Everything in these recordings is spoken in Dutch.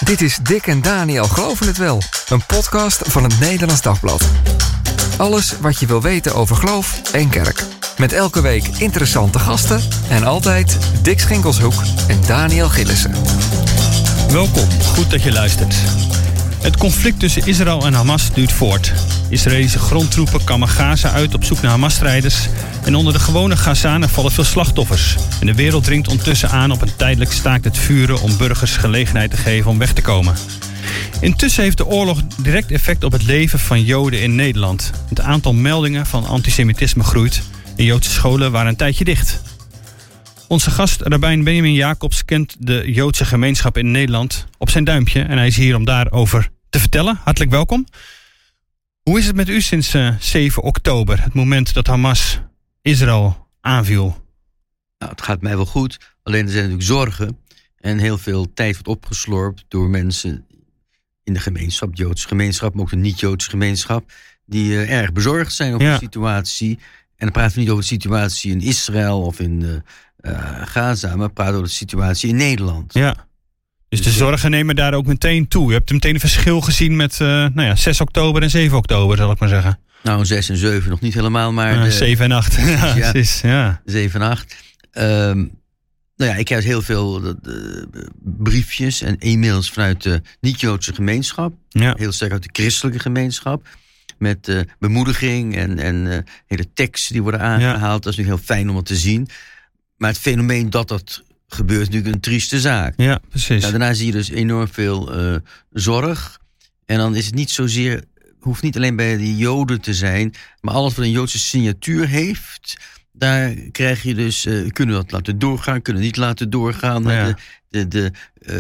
Dit is Dick en Daniel Geloven het Wel, een podcast van het Nederlands Dagblad. Alles wat je wil weten over geloof en kerk. Met elke week interessante gasten en altijd Dick Schinkelshoek en Daniel Gillissen. Welkom, goed dat je luistert. Het conflict tussen Israël en Hamas duurt voort. Israëlische grondtroepen kammen Gaza uit op zoek naar Hamas-strijders. En onder de gewone Gazanen vallen veel slachtoffers. En de wereld dringt ondertussen aan op een tijdelijk staakt het vuren om burgers gelegenheid te geven om weg te komen. Intussen heeft de oorlog direct effect op het leven van Joden in Nederland. Het aantal meldingen van antisemitisme groeit. En Joodse scholen waren een tijdje dicht. Onze gast, rabbijn Benjamin Jacobs, kent de Joodse gemeenschap in Nederland op zijn duimpje. En hij is hier om daarover te vertellen. Hartelijk welkom. Hoe is het met u sinds 7 oktober, het moment dat Hamas Israël aanviel? Nou, het gaat mij wel goed. Alleen er zijn natuurlijk zorgen. En heel veel tijd wordt opgeslorpt door mensen in de gemeenschap, de Joodse gemeenschap, maar ook de niet-Joodse gemeenschap, die erg bezorgd zijn over de situatie. En dan praten we niet over de situatie in Israël of in Gaza, maar praten over de situatie in Nederland. Ja. Dus de zorgen nemen daar ook meteen toe. Je hebt meteen een verschil gezien met 6 oktober en 7 oktober, zal ik maar zeggen. Nou, 6 en 7 nog niet helemaal, maar 7 en 8. Ja, precies. Ja. 7 en 8. Ik krijg heel veel briefjes en e-mails vanuit de niet-Joodse gemeenschap. Ja. Heel sterk uit de christelijke gemeenschap. Met bemoediging en hele teksten die worden aangehaald. Ja. Dat is natuurlijk heel fijn om het te zien. Maar het fenomeen dat gebeurt is natuurlijk een trieste zaak. Ja, precies. Nou, daarna zie je dus enorm veel zorg. En dan is het niet zozeer, hoeft niet alleen bij de Joden te zijn, maar alles wat een Joodse signatuur heeft, daar krijg je dus, kunnen we dat laten doorgaan, kunnen we niet laten doorgaan. Ja. De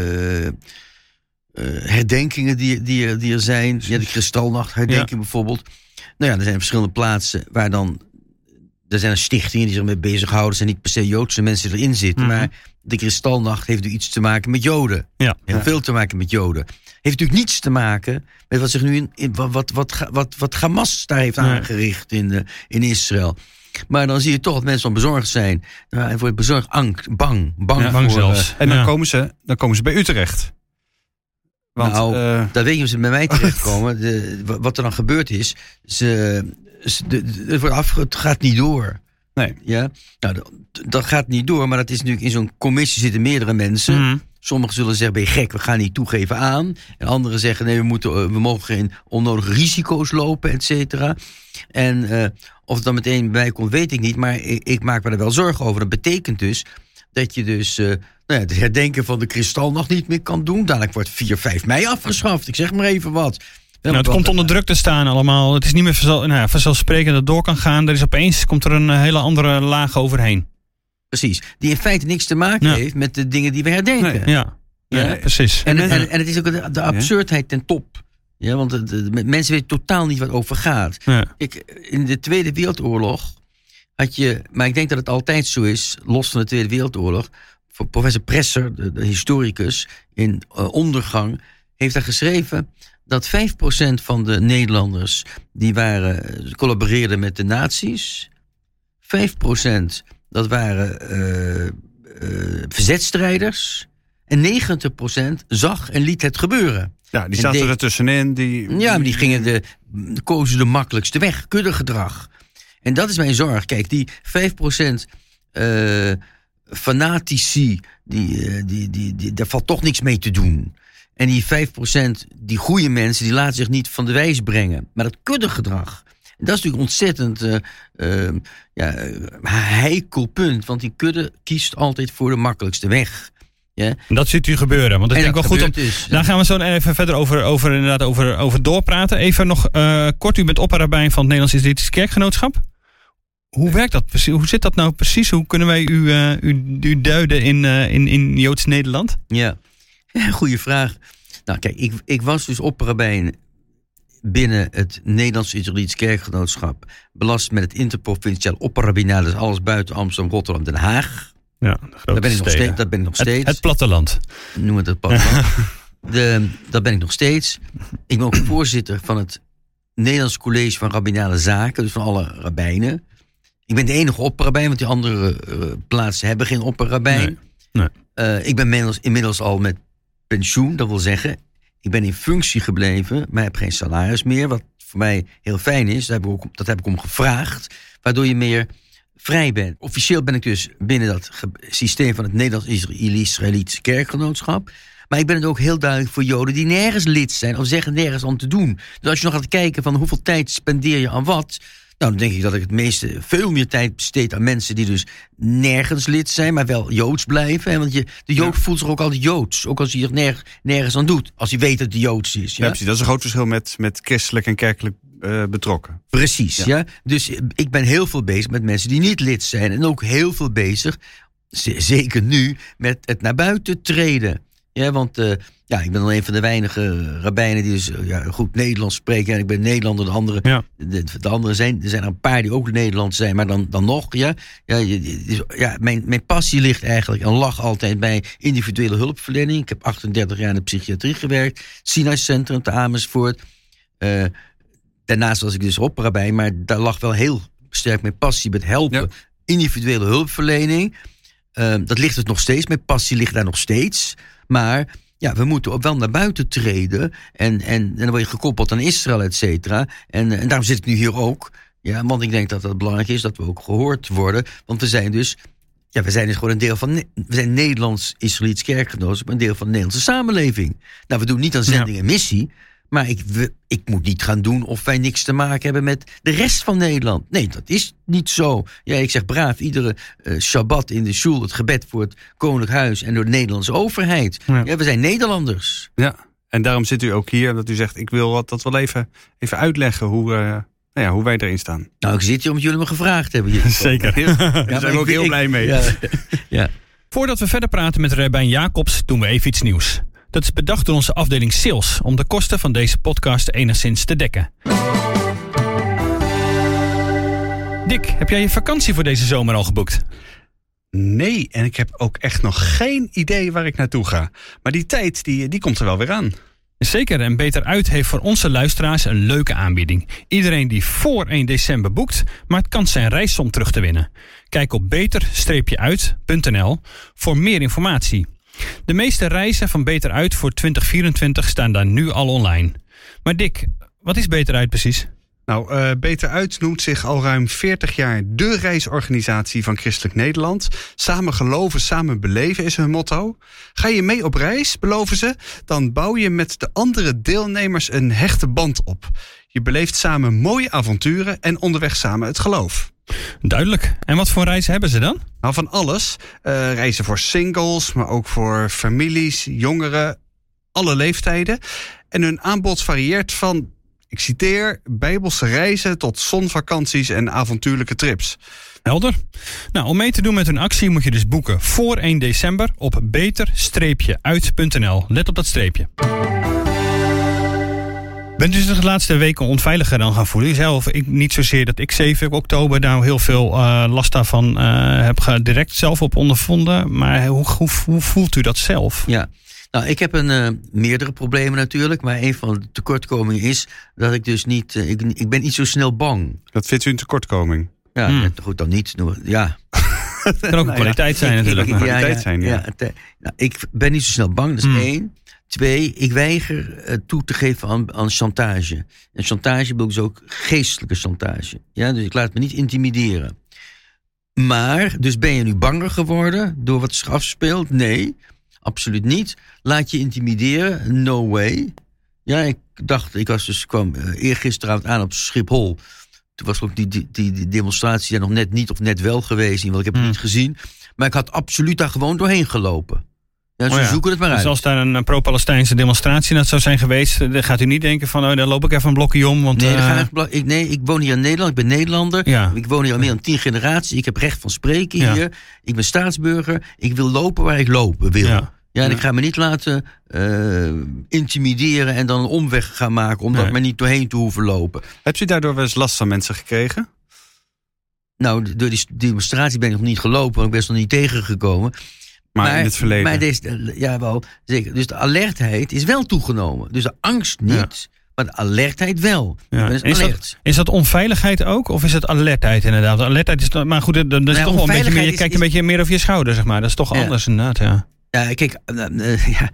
herdenkingen die er zijn. Ja, de Kristalnacht-herdenking bijvoorbeeld. Nou ja, er zijn verschillende plaatsen waar dan, er zijn stichtingen die zich mee bezighouden. Er zijn niet per se Joodse mensen die erin zitten. Mm-hmm. Maar de Kristalnacht heeft natuurlijk iets te maken met Joden. Ja. Heel veel te maken met Joden. Heeft natuurlijk niets te maken met wat zich nu wat Hamas daar heeft aangericht in Israël. Maar dan zie je toch dat mensen dan bezorgd zijn. Hij wordt bezorgd, bang voor, zelfs. En dan komen ze bij u terecht. Want, daar weet je of ze bij mij terechtkomen. Wat er dan gebeurd is, het gaat niet door. Nee. Ja? Nou, dat gaat niet door, maar dat is natuurlijk in zo'n commissie zitten meerdere mensen. Mm-hmm. Sommigen zullen zeggen, ben je gek, we gaan niet toegeven aan. En anderen zeggen, nee, we mogen geen onnodige risico's lopen, et cetera. En of het dan meteen bij komt, weet ik niet. Maar ik maak me er wel zorgen over. Dat betekent dus dat je dus het herdenken van de Kristalnacht niet meer kan doen. Dadelijk wordt 4-5 mei afgeschaft. Ik zeg maar even wat. Het komt onder druk te staan allemaal. Het is niet meer vanzelfsprekend dat het door kan gaan. Komt er een hele andere laag overheen. Precies. Die in feite niks te maken heeft met de dingen die we herdenken. Nee. Ja, precies. En het is ook de absurdheid ten top. Ja, want mensen weten totaal niet wat over gaat. Ja. In de Tweede Wereldoorlog had je, maar ik denk dat het altijd zo is, los van de Tweede Wereldoorlog, voor professor Presser, de historicus, in Ondergang, heeft daar geschreven dat 5% van de Nederlanders die collaboreerden met de nazi's, 5% dat waren verzetstrijders en 90% zag en liet het gebeuren. Ja, die zaten er tussenin. Maar die kozen de makkelijkste weg, kuddegedrag. En dat is mijn zorg. Kijk, die 5% fanatici, daar valt toch niks mee te doen. En die 5%, die goede mensen, die laten zich niet van de wijs brengen. Maar dat kuddegedrag, dat is natuurlijk ontzettend heikel punt. Want die kudde kiest altijd voor de makkelijkste weg. Ja. Dat ziet u gebeuren. Want dat denk ik wel goed om. Daar gaan we zo even verder over doorpraten. Even nog kort, u bent opperrabijn van het Nederlands Israëlitische Kerkgenootschap. Hoe werkt dat precies? Hoe zit dat nou precies? Hoe kunnen wij u duiden in Joods Nederland? Ja, goede vraag. Nou kijk, ik was dus opperrabijn binnen het Nederlands Israëlitisch Kerkgenootschap, belast met het interprovinciaal opperrabbinaat, dus alles buiten Amsterdam, Rotterdam, Den Haag. Ja, dat ben ik nog steeds. Het platteland. Noem het platteland. Dat ben ik nog steeds. Ik ben ook voorzitter van het Nederlands College van Rabbinale Zaken, dus van alle rabbijnen. Ik ben de enige opperrabijn, want die andere plaatsen hebben geen opperrabijn. Nee. Ik ben inmiddels al met pensioen. Dat wil zeggen, ik ben in functie gebleven, maar heb geen salaris meer. Wat voor mij heel fijn is, dat heb ik om gevraagd. Waardoor je meer vrij bent. Officieel ben ik dus binnen dat systeem van het Nederlands-Israëlitische kerkgenootschap. Maar ik ben het ook heel duidelijk voor Joden die nergens lid zijn of zeggen nergens aan te doen. Dus als je nog gaat kijken van hoeveel tijd spendeer je aan wat, nou, dan denk ik dat ik veel meer tijd besteed aan mensen die dus nergens lid zijn, maar wel Joods blijven. Hè? Want de Jood voelt zich ook altijd Joods. Ook als hij er nergens aan doet. Als hij weet dat hij Joods is. Ja? Ja, precies. Dat is een groot verschil met christelijk en kerkelijk betrokken. Precies, ja. Dus ik ben heel veel bezig met mensen die niet lid zijn. En ook heel veel bezig, zeker nu, met het naar buiten treden. Ja, want ik ben al een van de weinige rabbijnen die dus goed Nederlands spreken. En ik ben Nederlander, de anderen zijn. Er zijn er een paar die ook Nederlands zijn, maar dan nog. Mijn passie ligt eigenlijk en lag altijd bij individuele hulpverlening. Ik heb 38 jaar in de psychiatrie gewerkt. Sinai Centrum te Amersfoort. Daarnaast was ik dus opperrabijn, maar daar lag wel heel sterk mijn passie met helpen. Ja. Individuele hulpverlening. Dat ligt het nog steeds. Mijn passie ligt daar nog steeds. Maar ja, we moeten ook wel naar buiten treden. En dan word je gekoppeld aan Israël, et cetera. En daarom zit ik nu hier ook. Ja, want ik denk dat het belangrijk is dat we ook gehoord worden. Want we zijn dus gewoon een deel van. We zijn Nederlands-Israëlitisch kerkgenootschap, een deel van de Nederlandse samenleving. Nou, we doen niet aan zending en missie. Maar ik moet niet gaan doen of wij niks te maken hebben met de rest van Nederland. Nee, dat is niet zo. Ja, ik zeg braaf, iedere Shabbat in de shul, het gebed voor het Koninklijk Huis en door de Nederlandse overheid. Ja, we zijn Nederlanders. Ja, en daarom zit u ook hier, dat u zegt, ik wil dat wel even uitleggen hoe wij erin staan. Nou, ik zit hier omdat jullie me gevraagd hebben. Zeker, daar zijn we ook heel blij mee. Ja. Voordat we verder praten met Rabijn Jacobs, doen we even iets nieuws. Dat is bedacht door onze afdeling Sales om de kosten van deze podcast enigszins te dekken. Dick, heb jij je vakantie voor deze zomer al geboekt? Nee, en ik heb ook echt nog geen idee waar ik naartoe ga. Maar die tijd, die komt er wel weer aan. Zeker, en Beter Uit heeft voor onze luisteraars een leuke aanbieding. Iedereen die voor 1 december boekt, maakt kans zijn reissom terug te winnen. Kijk op beter-uit.nl voor meer informatie. De meeste reizen van Beter Uit voor 2024 staan daar nu al online. Maar Dick, wat is Beter Uit precies? Nou, Beter Uit noemt zich al ruim 40 jaar de reisorganisatie van Christelijk Nederland. Samen geloven, samen beleven is hun motto. Ga je mee op reis, beloven ze, dan bouw je met de andere deelnemers een hechte band op. Je beleeft samen mooie avonturen en onderweg samen het geloof. Duidelijk. En wat voor reizen hebben ze dan? Nou, van alles. Reizen voor singles, maar ook voor families, jongeren, alle leeftijden. En hun aanbod varieert van, ik citeer, bijbelse reizen tot zonvakanties en avontuurlijke trips. Helder. Nou, om mee te doen met hun actie moet je dus boeken voor 1 december op beter-uit.nl. Let op dat streepje. Bent u zich de laatste weken onveiliger dan gaan voelen? Zelf, niet zozeer dat ik 7 oktober daar heel veel last daarvan heb direct zelf op ondervonden. Maar hoe voelt u dat zelf? Ja, nou, ik heb meerdere problemen natuurlijk. Maar een van de tekortkomingen is dat ik dus niet. Ik ben niet zo snel bang. Dat vindt u een tekortkoming? Ja, goed dan niet. Ja. Het kan ook een kwaliteit zijn natuurlijk. Ik ben niet zo snel bang, dat is 1. 2, ik weiger toe te geven aan chantage. En chantage bedoel dus ook geestelijke chantage. Ja, dus ik laat me niet intimideren. Maar, dus ben je nu banger geworden door wat zich afspeelt? Nee, absoluut niet. Laat je intimideren? No way. Ja, ik kwam eergisteravond aan op Schiphol. Toen was ook die demonstratie nog net niet of net wel geweest. Want ik heb het niet gezien. Maar ik had absoluut daar gewoon doorheen gelopen. Ja, ze zoeken het maar uit. Dus als daar een pro-Palestijnse demonstratie net zou zijn geweest, dan gaat u niet denken van, dan loop ik even een blokje om. Want, ik woon hier in Nederland, ik ben Nederlander. Ja. Ik woon hier al meer dan 10 generaties. Ik heb recht van spreken hier. Ik ben staatsburger. Ik wil lopen waar ik lopen wil. Ja, en ik ga me niet laten intimideren en dan een omweg gaan maken om daar maar niet doorheen te hoeven lopen. Hebt u daardoor wel eens last van mensen gekregen? Nou, door die demonstratie ben ik nog niet gelopen, want ik ben er nog niet tegengekomen. Maar in het verleden? Maar wel, zeker. Dus de alertheid is wel toegenomen. Dus de angst niet, maar de alertheid wel. Ja. Is dat onveiligheid ook? Of is het alertheid inderdaad? De alertheid is, maar goed, dat is toch wel een beetje meer, je kijkt een beetje meer over je schouder, zeg maar. Dat is toch anders inderdaad, Ja, kijk,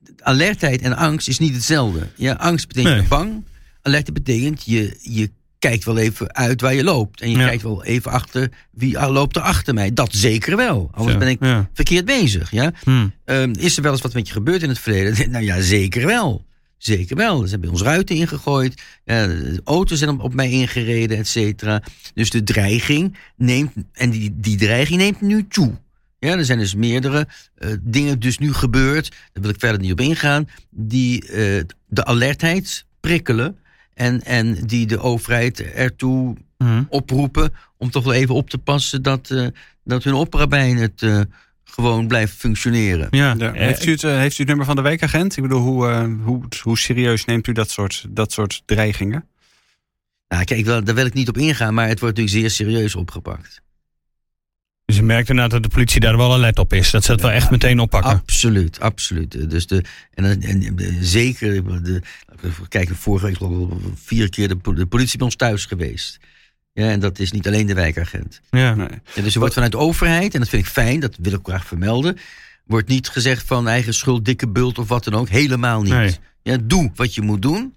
alertheid en angst is niet hetzelfde. Ja, angst betekent bang. Alertheid betekent je kijkt wel even uit waar je loopt. En je kijkt wel even achter wie loopt er achter mij. Dat zeker wel. Anders ben ik verkeerd bezig. Ja? Is er wel eens wat met je gebeurd in het verleden? Nou ja, zeker wel. Zeker wel. Ze hebben ons ruiten ingegooid. De auto's zijn op mij ingereden, et cetera. Dus de dreiging neemt... En die dreiging neemt nu toe. Ja, er zijn dus meerdere dingen dus nu gebeurd. Daar wil ik verder niet op ingaan. Die de alertheid prikkelen. En die de overheid ertoe oproepen om toch wel even op te passen dat hun oprabijn het gewoon blijft functioneren. Ja. Heeft u het nummer van de wijkagent? Ik bedoel, hoe serieus neemt u dat soort dreigingen? Nou, kijk, daar wil ik niet op ingaan, maar het wordt natuurlijk zeer serieus opgepakt. Dus je merkt inderdaad dat de politie daar wel alert op is. Dat ze het wel echt meteen oppakken. Absoluut. Dus zeker, kijk, vorige week 4 keer de politie bij ons thuis geweest. Ja, en dat is niet alleen de wijkagent. Ja. Nee. Ja, dus er wordt vanuit de overheid, en dat vind ik fijn, dat wil ik graag vermelden, wordt niet gezegd van eigen schuld, dikke bult of wat dan ook. Helemaal niet. Nee. Ja, doe wat je moet doen.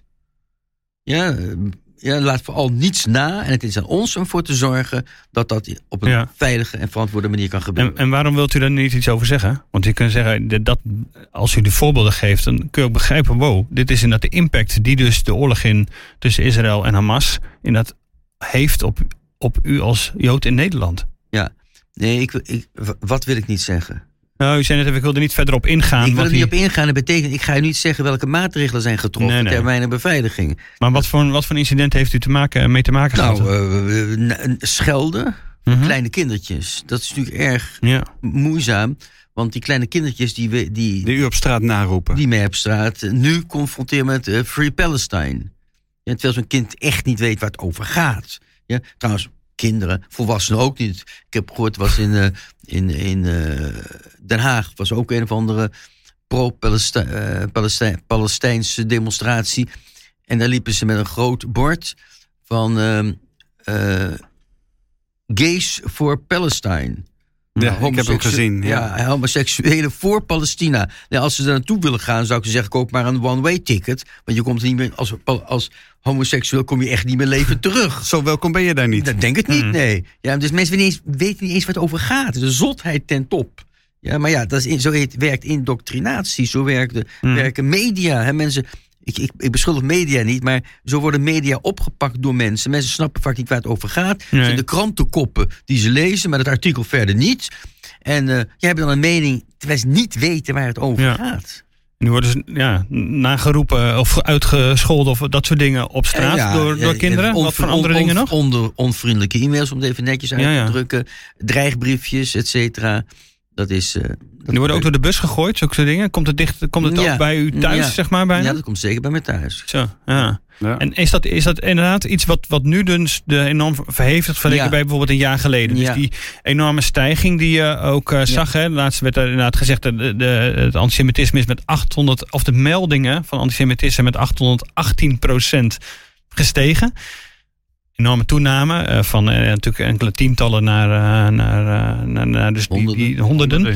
Ja, laat vooral niets na. En het is aan ons om voor te zorgen dat op een veilige en verantwoorde manier kan gebeuren. En waarom wilt u daar niet iets over zeggen? Want je kunt zeggen, dat als u de voorbeelden geeft, dan kun je ook begrijpen, wow, dit is inderdaad de impact die dus de oorlog tussen Israël en Hamas inderdaad heeft op u als Jood in Nederland. Ja, nee, wat wil ik niet zeggen? Nou, u zei net, ik wilde niet verder op ingaan. Ik wil er niet op ingaan. Dat betekent, ik ga u niet zeggen welke maatregelen zijn getroffen termijn en beveiliging. Maar wat voor incident heeft u mee te maken gehad? Schelden, kleine kindertjes. Dat is natuurlijk erg moeizaam. Want die kleine kindertjes die u op straat naroepen. Die mij op straat nu confronteren met Free Palestine. Ja, terwijl zo'n kind echt niet weet waar het over gaat. Ja, trouwens, kinderen, volwassenen ook niet. Ik heb gehoord, was in Den Haag was ook een of andere pro-Palestijnse demonstratie. En daar liepen ze met een groot bord van Gays for Palestine. Ja, ik heb het gezien. Ja, homoseksuelen voor Palestina. Nou, als ze daar naartoe willen gaan, zou ik ze zeggen, koop maar een one-way ticket. Want je komt er niet meer, als homoseksueel kom je echt niet meer leven terug. Zo welkom ben je daar niet. Dat denk ik niet, nee. Ja, dus mensen weten niet eens wat het over gaat. De zotheid ten top. Ja, maar ja, zo werkt indoctrinatie. Zo werken media. Hè, mensen... Ik beschuldig media niet, maar zo worden media opgepakt door mensen. Mensen snappen vaak niet waar het over gaat. Het zijn de krantenkoppen die ze lezen, maar het artikel verder niet. En jij hebt dan een mening, terwijl ze niet weten waar het over gaat. En nu worden ze nageroepen of uitgescholden of dat soort dingen op straat door kinderen. Wat voor andere dingen nog? Onvriendelijke e-mails, om het even netjes uit te drukken. Dreigbriefjes, et cetera. Dat is... Die worden ook door de bus gegooid, zulke soort dingen. Komt het ook bij u thuis, zeg maar, bijna? Ja, dat komt zeker bij mij thuis. Zo, ja. En is dat inderdaad iets wat nu dus de enorm verheeft vergeleken bij bijvoorbeeld een jaar geleden? Dus die enorme stijging die je ook zag. Hè? Laatst werd er inderdaad gezegd het antisemitisme is met 800... of de meldingen van antisemitisme met 818% gestegen. Enorme toename van natuurlijk enkele tientallen naar dus honderden.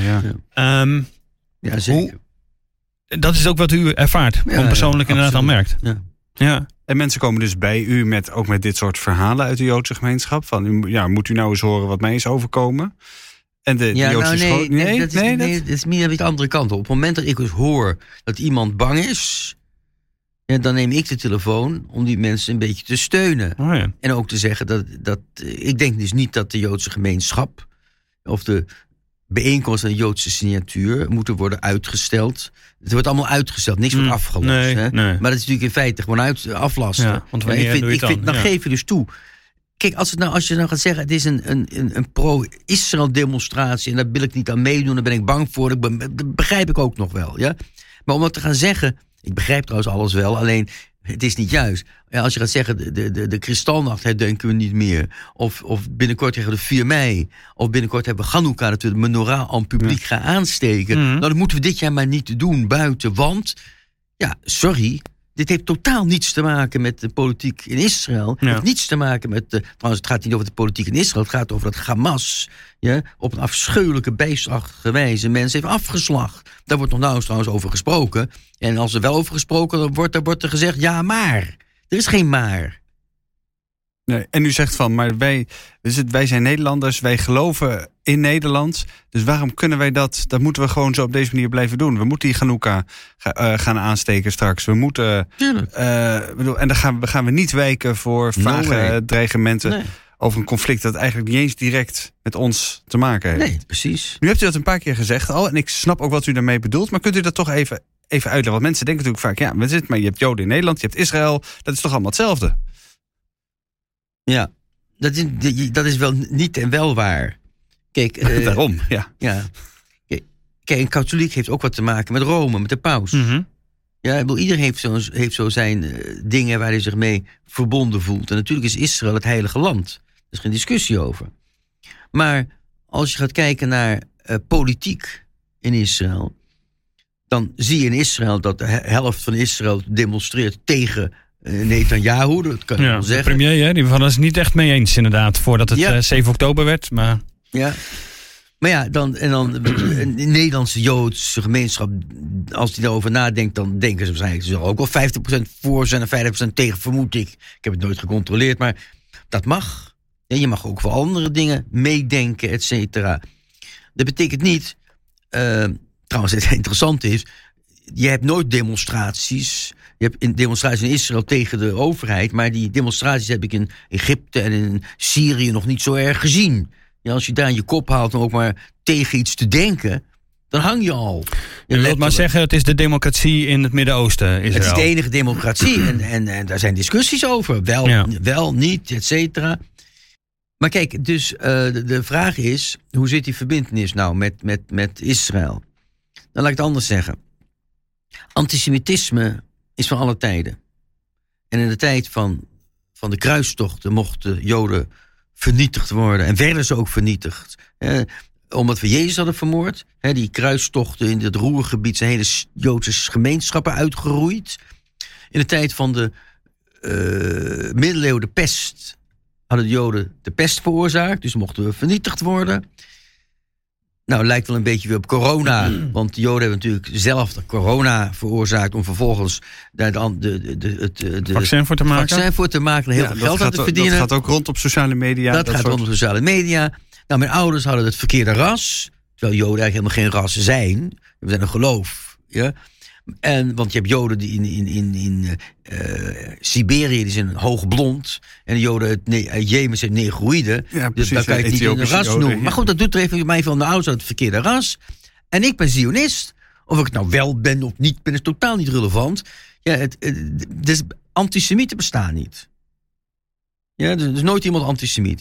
Ja, zeker. Dat is ook wat u ervaart, persoonlijk inderdaad al merkt. Ja. En mensen komen dus bij u met dit soort verhalen uit de Joodse gemeenschap. Van, moet u nou eens horen wat mij is overkomen? En de Joodse school... Dat is meer de andere kant op. Op het moment dat ik dus hoor dat iemand bang is... Ja, dan neem ik de telefoon om die mensen een beetje te steunen. Oh ja. En ook te zeggen dat ik denk dus niet dat de Joodse gemeenschap... of de bijeenkomst van de Joodse signatuur moeten worden uitgesteld. Het wordt allemaal uitgesteld, niks wordt afgelast. Nee. Maar dat is natuurlijk in feite gewoon aflasten. Ja, want dan geef je dus toe. Kijk, als je nou gaat zeggen, het is een pro-Israël demonstratie... en daar wil ik niet aan meedoen, daar ben ik bang voor... dat begrijp ik ook nog wel, ja. Maar om dat te gaan zeggen... Ik begrijp trouwens alles wel, alleen het is niet juist. Ja, als je gaat zeggen, de Kristalnacht herdenken we niet meer. Of binnenkort krijgen we de 4 mei. Of binnenkort hebben we Chanukka natuurlijk de menorah aan publiek gaan aansteken. Nou, dat moeten we dit jaar maar niet doen buiten. Want, sorry, dit heeft totaal niets te maken met de politiek in Israël. Het heeft niets te maken met... trouwens, het gaat niet over de politiek in Israël. Het gaat over dat Hamas op een afschuwelijke, beestachtige wijze mensen heeft afgeslacht. Daar wordt nog nauwelijks trouwens over gesproken. En als er wel over gesproken wordt er gezegd... ja, maar. Er is geen maar. Nee, en u zegt van, maar wij zijn Nederlanders, wij geloven in Nederland. Dus waarom kunnen wij dat moeten we gewoon zo op deze manier blijven doen. We moeten die Chanukka gaan aansteken straks. We moeten... en dan gaan we niet wijken voor vage dreigementen over een conflict dat eigenlijk niet eens direct met ons te maken heeft. Nee, precies. Nu hebt u dat een paar keer gezegd al, en ik snap ook wat u daarmee bedoelt, maar kunt u dat toch even uitleggen? Want mensen denken natuurlijk vaak, maar je hebt Joden in Nederland, je hebt Israël, dat is toch allemaal hetzelfde? Ja, dat is wel niet en wel waar. Kijk, daarom, ja. Kijk, een katholiek heeft ook wat te maken met Rome, met de paus. Mm-hmm. Ja, iedereen heeft zo zijn dingen waar hij zich mee verbonden voelt. En natuurlijk is Israël het heilige land. Er is geen discussie over. Maar als je gaat kijken naar politiek in Israël, dan zie je in Israël dat de helft van Israël demonstreert tegen Netanyahu, dat kan je wel zeggen. De premier, die was het niet echt mee eens inderdaad, voordat het 7 oktober werd. Maar... Ja, maar ja, dan een Nederlandse Joodse gemeenschap, als die daarover nadenkt, dan denken ze waarschijnlijk, er ook wel 50% voor zijn en 50% tegen, vermoed ik. Ik heb het nooit gecontroleerd, maar dat mag. Ja, je mag ook voor andere dingen meedenken, et cetera. Dat betekent niet, trouwens het interessante is, je hebt nooit demonstraties. Je hebt demonstraties in Israël tegen de overheid, maar die demonstraties heb ik in Egypte en in Syrië nog niet zo erg gezien. Ja, als je daar in je kop haalt om ook maar tegen iets te denken, dan hang je al. Je wilt maar zeggen, het is de democratie in het Midden-Oosten, Israël. Het is de enige democratie en daar zijn discussies over. Wel, niet, et cetera. Maar kijk, dus de vraag is, hoe zit die verbintenis nou met Israël? Dan laat ik het anders zeggen. Antisemitisme is van alle tijden. En in de tijd van de kruistochten mochten Joden vernietigd worden. En werden ze ook vernietigd. Omdat we Jezus hadden vermoord. Die kruistochten in het Roergebied zijn hele Joodse gemeenschappen uitgeroeid. In de tijd van de middeleeuwen, de pest, hadden de Joden de pest veroorzaakt. Dus mochten we vernietigd worden. Nou, het lijkt wel een beetje weer op corona. Want de Joden hebben natuurlijk zelf de corona veroorzaakt om vervolgens daar het vaccin voor te maken. Heel veel geld aan te verdienen. Dat gaat ook rond op sociale media. Rond op sociale media. Nou, mijn ouders hadden het verkeerde ras. Terwijl Joden eigenlijk helemaal geen ras zijn. We zijn een geloof. Ja? Want je hebt Joden die in Siberië, die zijn hoogblond. En de Joden uit Jemen zijn negroïden. Ja, dus daar kan je het niet een ras noemen. Ja. Maar goed, dat doet er even mij van de ouders uit het verkeerde ras. En ik ben Zionist. Of ik nou wel ben of niet ben, is totaal niet relevant. Ja, dus antisemieten bestaan niet. Ja, er is nooit iemand antisemiet.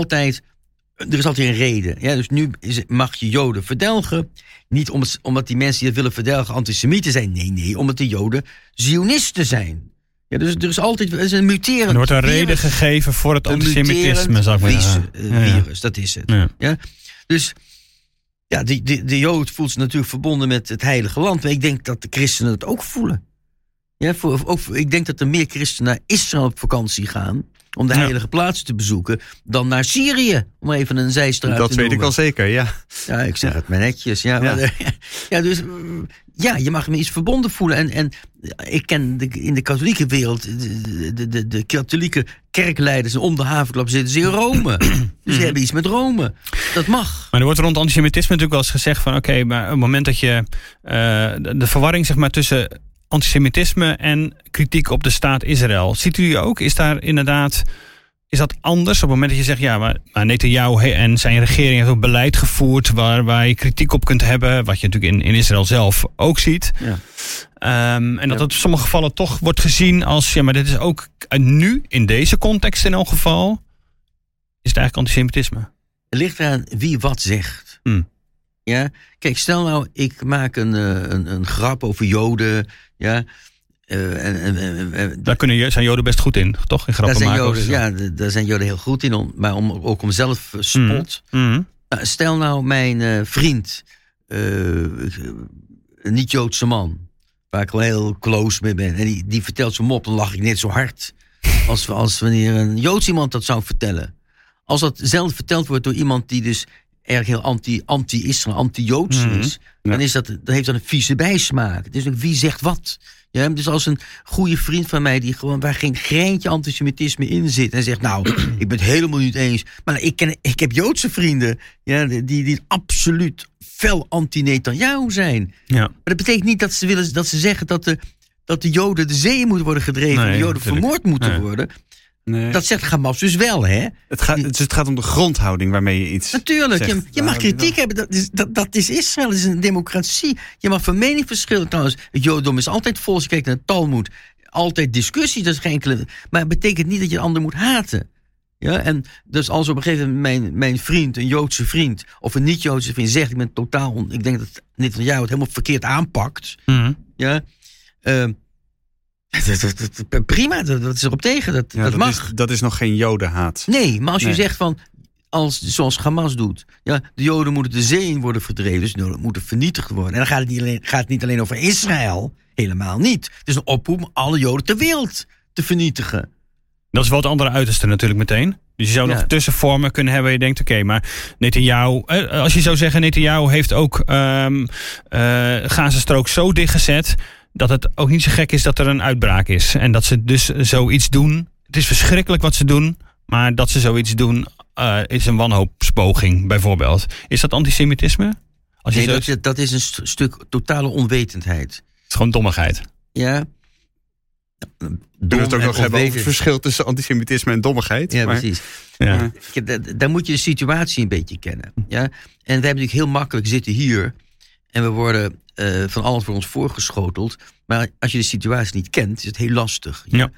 Er is altijd een reden. Ja, dus nu mag je Joden verdelgen. Niet omdat die mensen die het willen verdelgen antisemieten zijn. Nee, omdat de Joden Zionisten zijn. Ja, dus er is altijd een muterend... Er wordt een reden gegeven voor het antisemitisme, zou ik maar zeggen. Virus, dat is het. Ja. Dus ja, de Jood voelt zich natuurlijk verbonden met het heilige land. Maar ik denk dat de christenen het ook voelen. Ja, ik denk dat er meer christenen naar Israël op vakantie gaan om de heilige plaatsen te bezoeken dan naar Syrië, om even een zijstraat te noemen. Dat weet ik al zeker, ja. Ja, ik zeg het maar netjes. Dus je mag me iets verbonden voelen. En ik ken in de katholieke wereld, de katholieke kerkleiders om de havenklap zitten ze in Rome. Dus ze hebben iets met Rome. Dat mag. Maar er wordt rond antisemitisme natuurlijk wel eens gezegd van oké, maar op het moment dat je de verwarring zeg maar tussen antisemitisme en kritiek op de staat Israël. Ziet u ook? Is dat anders op het moment dat je zegt, ja, maar Netanyahu en zijn regering heeft ook beleid gevoerd waar je kritiek op kunt hebben, wat je natuurlijk in Israël zelf ook ziet. Ja. En dat het in sommige gevallen toch wordt gezien als, ja, maar dit is ook nu, in deze context in elk geval, is het eigenlijk antisemitisme. Het ligt eraan wie wat zegt. Ja, kijk, stel nou, ik maak een grap over Joden. Ja, daar zijn Joden best goed in, toch? In grappen maken. Daar zijn Joden heel goed in, maar ook om zelf spot. Nou, stel nou, mijn vriend, een niet-Joodse man, waar ik wel heel close mee ben. En die vertelt zo'n mop, dan lach ik net zo hard als wanneer een Joods iemand dat zou vertellen. Als dat zelf verteld wordt door iemand die dus erg heel anti-Israël, anti-Joods is, dan heeft dat een vieze bijsmaak. Dus wie zegt wat? Ja, dus als een goede vriend van mij waar geen greintje antisemitisme in zit en zegt, nou, ik ben het helemaal niet eens. Maar ik heb Joodse vrienden die absoluut fel anti-Netanyahu zijn. Ja. Maar dat betekent niet dat ze zeggen dat de Joden de zee moeten worden gedreven en de Joden vermoord moeten worden. Nee. Dat zegt Hamas dus wel, hè? Het gaat om de grondhouding waarmee je iets natuurlijk, zegt. Je mag kritiek hebben. Dat is Israël, dat is een democratie. Je mag van mening verschillen. Trouwens, het Jodendom is altijd vol. Als je kijkt naar het Talmud, altijd discussie. Dat is geen enkele. Maar het betekent niet dat je een ander moet haten. Ja, en dus als op een gegeven moment mijn vriend, een Joodse vriend of een niet-Joodse vriend zegt, ik denk dat Netanyahu het helemaal verkeerd aanpakt. Mm-hmm. Ja. Prima, dat is erop tegen. Dat mag. Dat is nog geen jodenhaat. Nee, maar als je zegt van, zoals Hamas doet, de Joden moeten de zee in worden verdreven, dus de Joden moeten vernietigd worden. En dan gaat het niet alleen over Israël, helemaal niet. Het is een oproep om alle Joden ter wereld te vernietigen. Dat is wel het andere uiterste natuurlijk meteen. Dus je zou nog tussenvormen kunnen hebben. Je denkt, oké, maar Netanyahu, als je zou zeggen, Netanyahu heeft ook Gazastrook zo dichtgezet dat het ook niet zo gek is dat er een uitbraak is. En dat ze dus zoiets doen. Het is verschrikkelijk wat ze doen, maar dat ze zoiets doen is een wanhoopspoging, bijvoorbeeld. Is dat antisemitisme? Dat is een stuk totale onwetendheid. Het is gewoon dommigheid. Ja. We kunnen het ook nog hebben over het verschil tussen antisemitisme en dommigheid. Ja, precies. Ja. Daar moet je de situatie een beetje kennen. Ja? En we hebben natuurlijk heel makkelijk zitten hier en we worden van alles voor ons voorgeschoteld. Maar als je de situatie niet kent, is het heel lastig. Ja?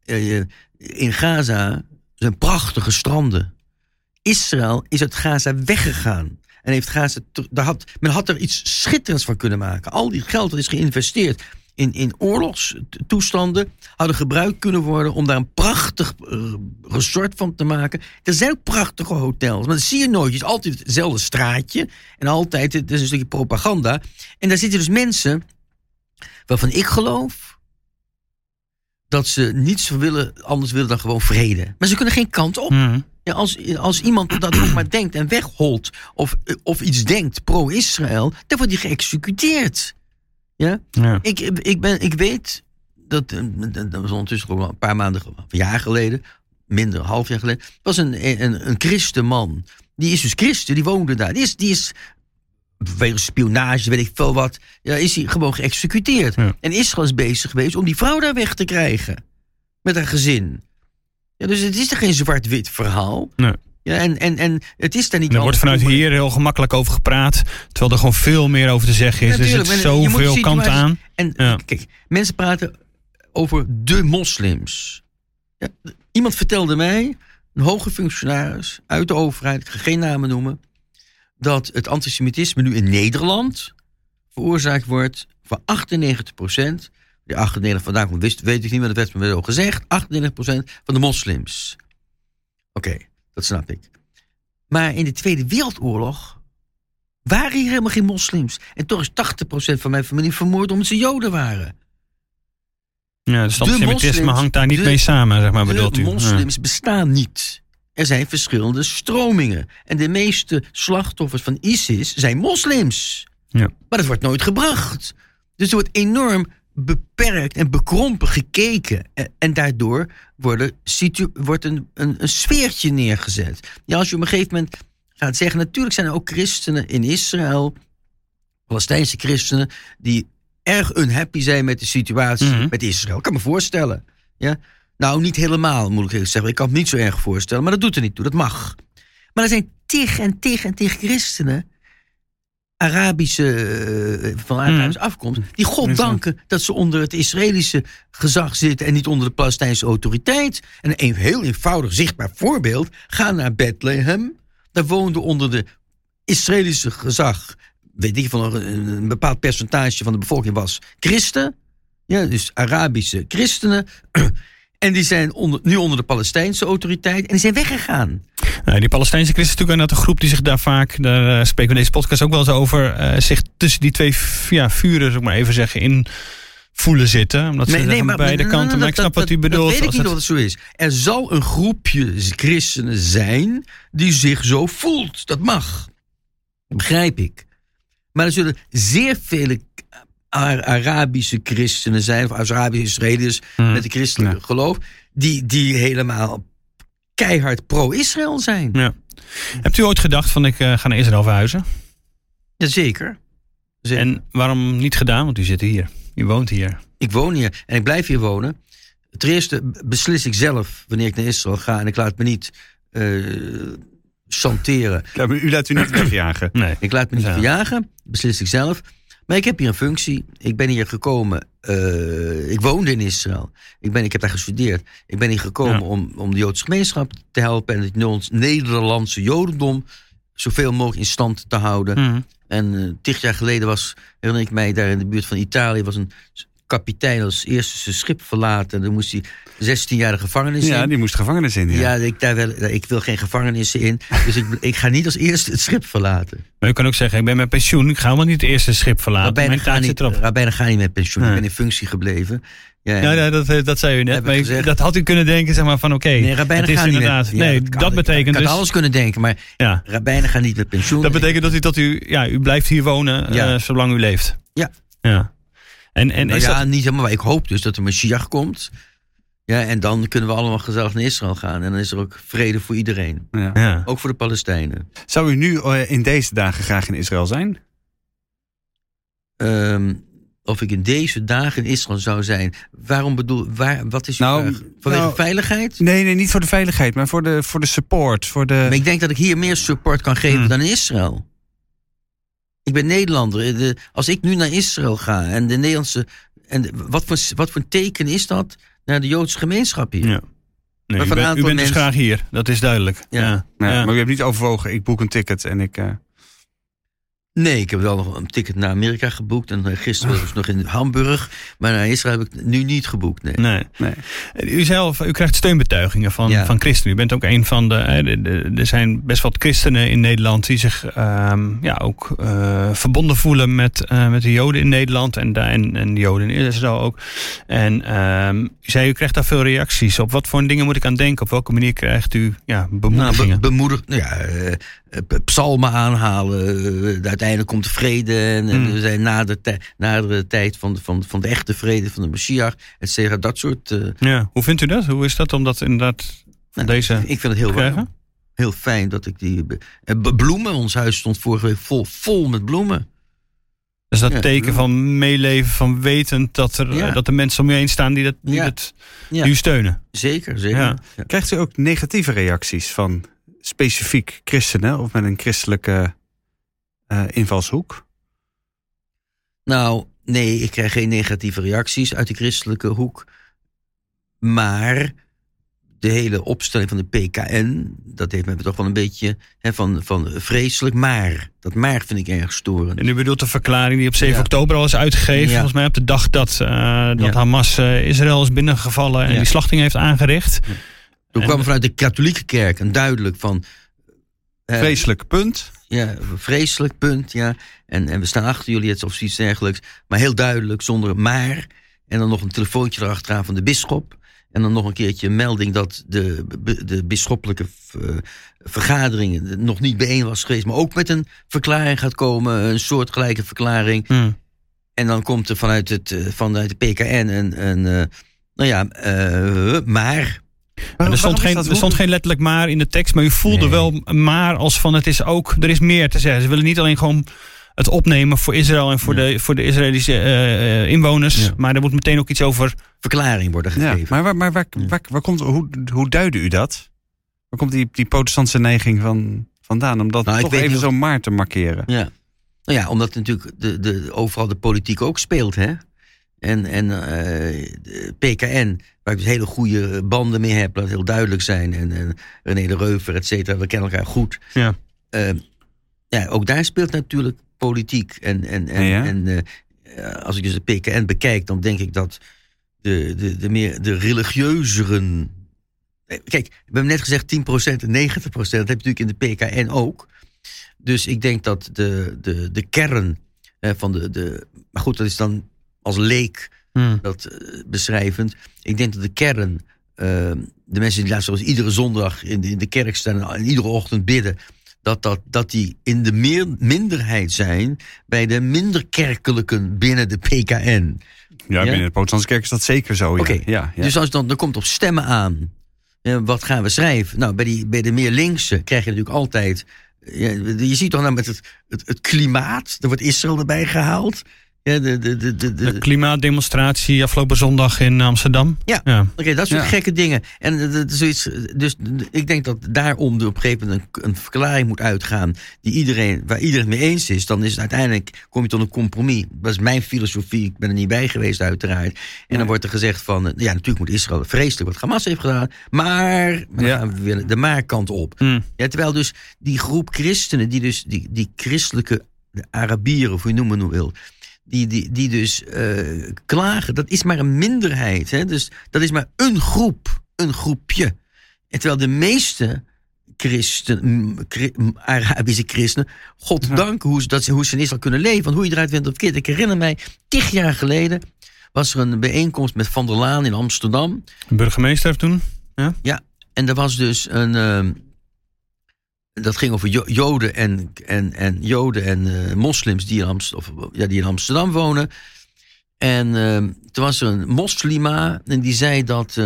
In Gaza zijn prachtige stranden. Israël is uit Gaza weggegaan. En heeft Gaza, men had er iets schitterends van kunnen maken. Al die geld dat is geïnvesteerd in oorlogstoestanden hadden gebruikt kunnen worden om daar een prachtig resort van te maken. Er zijn ook prachtige hotels, maar dat zie je nooit. Het is altijd hetzelfde straatje en altijd, het is een stukje propaganda. En daar zitten dus mensen waarvan ik geloof dat ze niets anders willen dan gewoon vrede. Maar ze kunnen geen kant op. Mm. Ja, als iemand dat nog maar denkt en wegholt of iets denkt pro-Israël, dan wordt hij geëxecuteerd. Ja? Ik weet dat was ondertussen ook al een paar maanden, een jaar geleden, minder, een half jaar geleden, was een christenman. Die is dus christen, die woonde daar. Die is wegens spionage, weet ik veel wat, is hij gewoon geëxecuteerd. Ja. En Israël is bezig geweest om die vrouw daar weg te krijgen. Met haar gezin. Ja, dus het is er geen zwart-wit verhaal. Nee. Ja, en het is daar niet. Er wordt vanuit hier heel gemakkelijk over gepraat, terwijl er gewoon veel meer over te zeggen is. Ja, er zit zoveel kanten aan. En kijk, mensen praten over de moslims. Ja, iemand vertelde mij, een hoge functionaris uit de overheid, ik ga geen namen noemen, dat het antisemitisme nu in Nederland veroorzaakt wordt voor 98%. Die 98 vandaan komt, weet ik niet, maar dat werd me wel gezegd. 98% van de moslims. Oké, dat snap ik. Maar in de Tweede Wereldoorlog waren hier helemaal geen moslims. En toch is 80% van mijn familie vermoord omdat ze Joden waren. Ja, dus antisemitisme hangt daar niet mee samen, zeg maar, bedoelt u? De moslims bestaan niet. Er zijn verschillende stromingen. En de meeste slachtoffers van ISIS zijn moslims. Ja. Maar dat wordt nooit gebracht. Dus er wordt enorm beperkt en bekrompen gekeken. En daardoor wordt een sfeertje neergezet. Ja, als je op een gegeven moment gaat zeggen, natuurlijk zijn er ook christenen in Israël, Palestijnse christenen, die erg unhappy zijn met de situatie met Israël. Ik kan me voorstellen. Ja? Nou, niet helemaal, moet ik zeggen. Ik kan het niet zo erg voorstellen, maar dat doet er niet toe. Dat mag. Maar er zijn tig christenen, Arabische afkomst, die God danken dat ze onder het Israëlische gezag zitten en niet onder de Palestijnse autoriteit. En een heel eenvoudig zichtbaar voorbeeld, ga naar Bethlehem. Daar woonde onder de Israëlische gezag, weet ik van een bepaald percentage van de bevolking was christen. Ja, dus Arabische christenen. En die zijn nu onder de Palestijnse autoriteit. En die zijn weggegaan. Nou, die Palestijnse christenen natuurlijk inderdaad een groep die zich daar vaak, daar spreken we in deze podcast ook wel eens over, zich tussen die twee vuren, zou ik maar even zeggen, in voelen zitten. Omdat ze aan beide kanten... Maar ik snap wat u bedoelt. Dat weet ik niet of het zo is. Er zal een groepje christenen zijn die zich zo voelt. Dat mag. Dat begrijp ik. Maar er zullen zeer vele Arabische christenen zijn, of Arabische Israëliërs met een christelijk geloof, die helemaal keihard pro-Israël zijn. Ja. Hebt u ooit gedacht van ik ga naar Israël verhuizen? Jazeker. En waarom niet gedaan? Want u zit hier. U woont hier. Ik woon hier en ik blijf hier wonen. Ten eerste beslis ik zelf wanneer ik naar Israël ga en ik laat me niet chanteren. Ja, u laat u niet wegjagen. Nee. Ik laat me niet verjagen. Beslis ik zelf. Maar ik heb hier een functie. Ik ben hier gekomen. Ik woonde in Israël. Ik heb daar gestudeerd. Ik ben hier gekomen om de Joodse gemeenschap te helpen en het Nederlandse Jodendom zoveel mogelijk in stand te houden. En 10 jaar geleden herinner ik mij, daar in de buurt van Italië was een kapitein als eerste zijn schip verlaten. En dan moest hij 16 jaar de gevangenis in. Ja, die moest gevangenis in. Ja, ik wil geen gevangenissen in. Dus ik ga niet als eerste het schip verlaten. Maar u kan ook zeggen, ik ben met pensioen. Ik ga helemaal niet het eerste schip verlaten. Rabbijnen gaan niet met pensioen. Ik ben in functie gebleven. Ja, dat zei u net. Maar dat had u kunnen denken, zeg maar, van oké. Nee, rabbijnen gaan inderdaad. niet met, dat betekent dus... Ik had alles kunnen denken, maar rabbijnen gaan niet met pensioen. Dat betekent dat u blijft hier wonen zolang u leeft. Ja. En is dat... niet helemaal. Maar ik hoop dus dat de Mashiach komt. Ja, en dan kunnen we allemaal gezellig naar Israël gaan. En dan is er ook vrede voor iedereen. Ja. Ook voor de Palestijnen. Zou u nu in deze dagen graag in Israël zijn? Of ik in deze dagen in Israël zou zijn. Wat is uw vraag? Vanwege veiligheid? Nee, niet voor de veiligheid, maar voor de support. Maar ik denk dat ik hier meer support kan geven dan in Israël. Ik ben Nederlander. Als ik nu naar Israël ga en de Nederlandse... Wat voor teken is dat naar de Joodse gemeenschap hier? Ja. Nee, u bent dus graag hier, dat is duidelijk. Ja. Maar u hebt niet overwogen, ik boek een ticket en ik... Nee, ik heb wel nog een ticket naar Amerika geboekt. En gisteren was ik nog in Hamburg. Maar naar Israël heb ik nu niet geboekt, nee. U krijgt steunbetuigingen van christenen. U bent ook een van de... Er zijn best wat christenen in Nederland die zich ook verbonden voelen met de Joden in Nederland. En de Joden in Israël ook. En u zei, u krijgt daar veel reacties op. Wat voor dingen moet ik aan denken? Op welke manier krijgt u bemoedigingen? Psalmen aanhalen. Uiteindelijk komt de vrede. En we zijn na de tijd van de echte vrede van de Mashiach. Et cetera, dat soort... Hoe vindt u dat? Hoe is dat om dat inderdaad deze ik vind het heel warm. Heel fijn dat ik die... bloemen. Ons huis stond vorige week vol met bloemen. Dus dat teken van meeleven, van wetend dat er mensen om je heen staan die u steunen. Zeker. Ja. Krijgt u ook negatieve reacties van specifiek christenen of met een christelijke invalshoek? Nou, nee, ik krijg geen negatieve reacties uit de christelijke hoek. Maar de hele opstelling van de PKN, dat heeft me toch wel een beetje van vreselijk maar. Dat maar vind ik erg storend. En u bedoelt de verklaring die op 7 oktober al is uitgegeven, volgens mij op de dag dat Hamas Israël is binnengevallen en die slachting heeft aangericht. Ja. Toen kwam vanuit de katholieke kerk een duidelijk van... vreselijk punt. Ja, vreselijk punt, ja. En we staan achter jullie of iets dergelijks. Maar heel duidelijk, zonder maar. En dan nog een telefoontje erachteraan van de bisschop. En dan nog een keertje een melding dat de bisschoppelijke vergadering nog niet bijeen was geweest. Maar ook met een verklaring gaat komen. Een soortgelijke verklaring. En dan komt er vanuit de PKN maar... Er stond geen letterlijk maar in de tekst, maar u voelde wel maar als van er is meer te zeggen. Ze willen niet alleen gewoon het opnemen voor Israël en voor de Israëlische inwoners, maar er moet meteen ook iets over verklaring worden gegeven. Ja, maar waar komt, hoe duidde u dat? Waar komt die protestantse neiging vandaan om dat toch even zo maar te markeren? Ja. Nou ja, omdat natuurlijk overal de politiek ook speelt, hè? En de PKN, waar ik dus hele goede banden mee heb, laat heel duidelijk zijn. En René de Reuver, et cetera, we kennen elkaar goed. Ja. Ook daar speelt natuurlijk politiek. En als ik dus de PKN bekijk, dan denk ik dat de religieuzeren... Kijk, we hebben net gezegd 10% en 90%. Dat heb je natuurlijk in de PKN ook. Dus ik denk dat de kern van de... Maar goed, dat is dan... als leek beschrijvend. Ik denk dat de kern, de mensen die zoals iedere zondag in de kerk staan en iedere ochtend bidden, dat die in de minderheid zijn bij de minder kerkelijken binnen de PKN. Ja, binnen de protestantse kerk is dat zeker zo. Ja. Okay. Ja. Dus als dan komt op stemmen aan, wat gaan we schrijven? Nou, bij de meer linkse krijg je natuurlijk altijd, je ziet toch nou met het klimaat, er wordt Israël erbij gehaald. Ja, de klimaatdemonstratie afgelopen zondag in Amsterdam. Ja. Oké, dat soort gekke dingen. En zoiets, dus ik denk dat daarom er op een gegeven moment een verklaring moet uitgaan waar iedereen het mee eens is. Dan is het uiteindelijk, kom je tot een compromis. Dat is mijn filosofie, ik ben er niet bij geweest uiteraard. En dan wordt er gezegd van, natuurlijk moet Israël vreselijk wat Hamas heeft gedaan, maar dan gaan we weer de maarkant op. Ja, terwijl dus die groep christenen, die dus die christelijke Arabieren, of hoe je noemen wil, die dus klagen, dat is maar een minderheid. Hè? Dus dat is maar een groepje. En terwijl de meeste Arabische christenen, goddank hoe ze in Israël kunnen leven, want hoe je eruit bent of verkeerd. Ik herinner mij, 10 jaar geleden was er een bijeenkomst met Van der Laan in Amsterdam. Een burgemeester toen? Ja, en er was dus dat ging over Joden en moslims die in Amsterdam wonen. En toen was er een moslima en die zei dat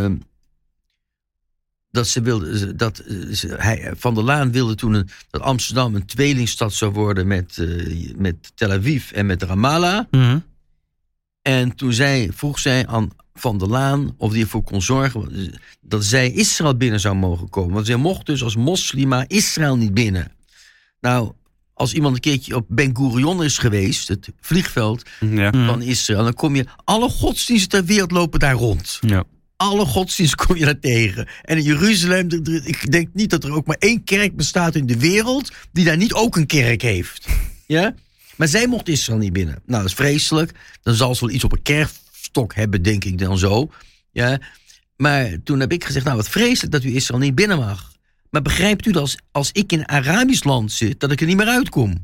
ze wilde, Van der Laan wilde toen dat Amsterdam een tweelingstad zou worden met Tel Aviv en met Ramallah. Mm-hmm. En toen vroeg zij aan Van der Laan of die ervoor kon zorgen dat zij Israël binnen zou mogen komen. Want zij mocht dus als moslima Israël niet binnen. Nou, als iemand een keertje op Ben Gurion is geweest, het vliegveld van Israël, dan kom je, alle godsdiensten ter wereld lopen daar rond. Ja. Alle godsdiensten kom je daar tegen. En in Jeruzalem, ik denk niet dat er ook maar 1 kerk bestaat in de wereld die daar niet ook een kerk heeft. Ja? Maar zij mocht Israël niet binnen. Nou, dat is vreselijk. Dan zal ze wel iets op een kerfstok hebben, denk ik dan zo. Ja? Maar toen heb ik gezegd, nou wat vreselijk dat u Israël niet binnen mag. Maar begrijpt u dat als ik in een Arabisch land zit, dat ik er niet meer uitkom?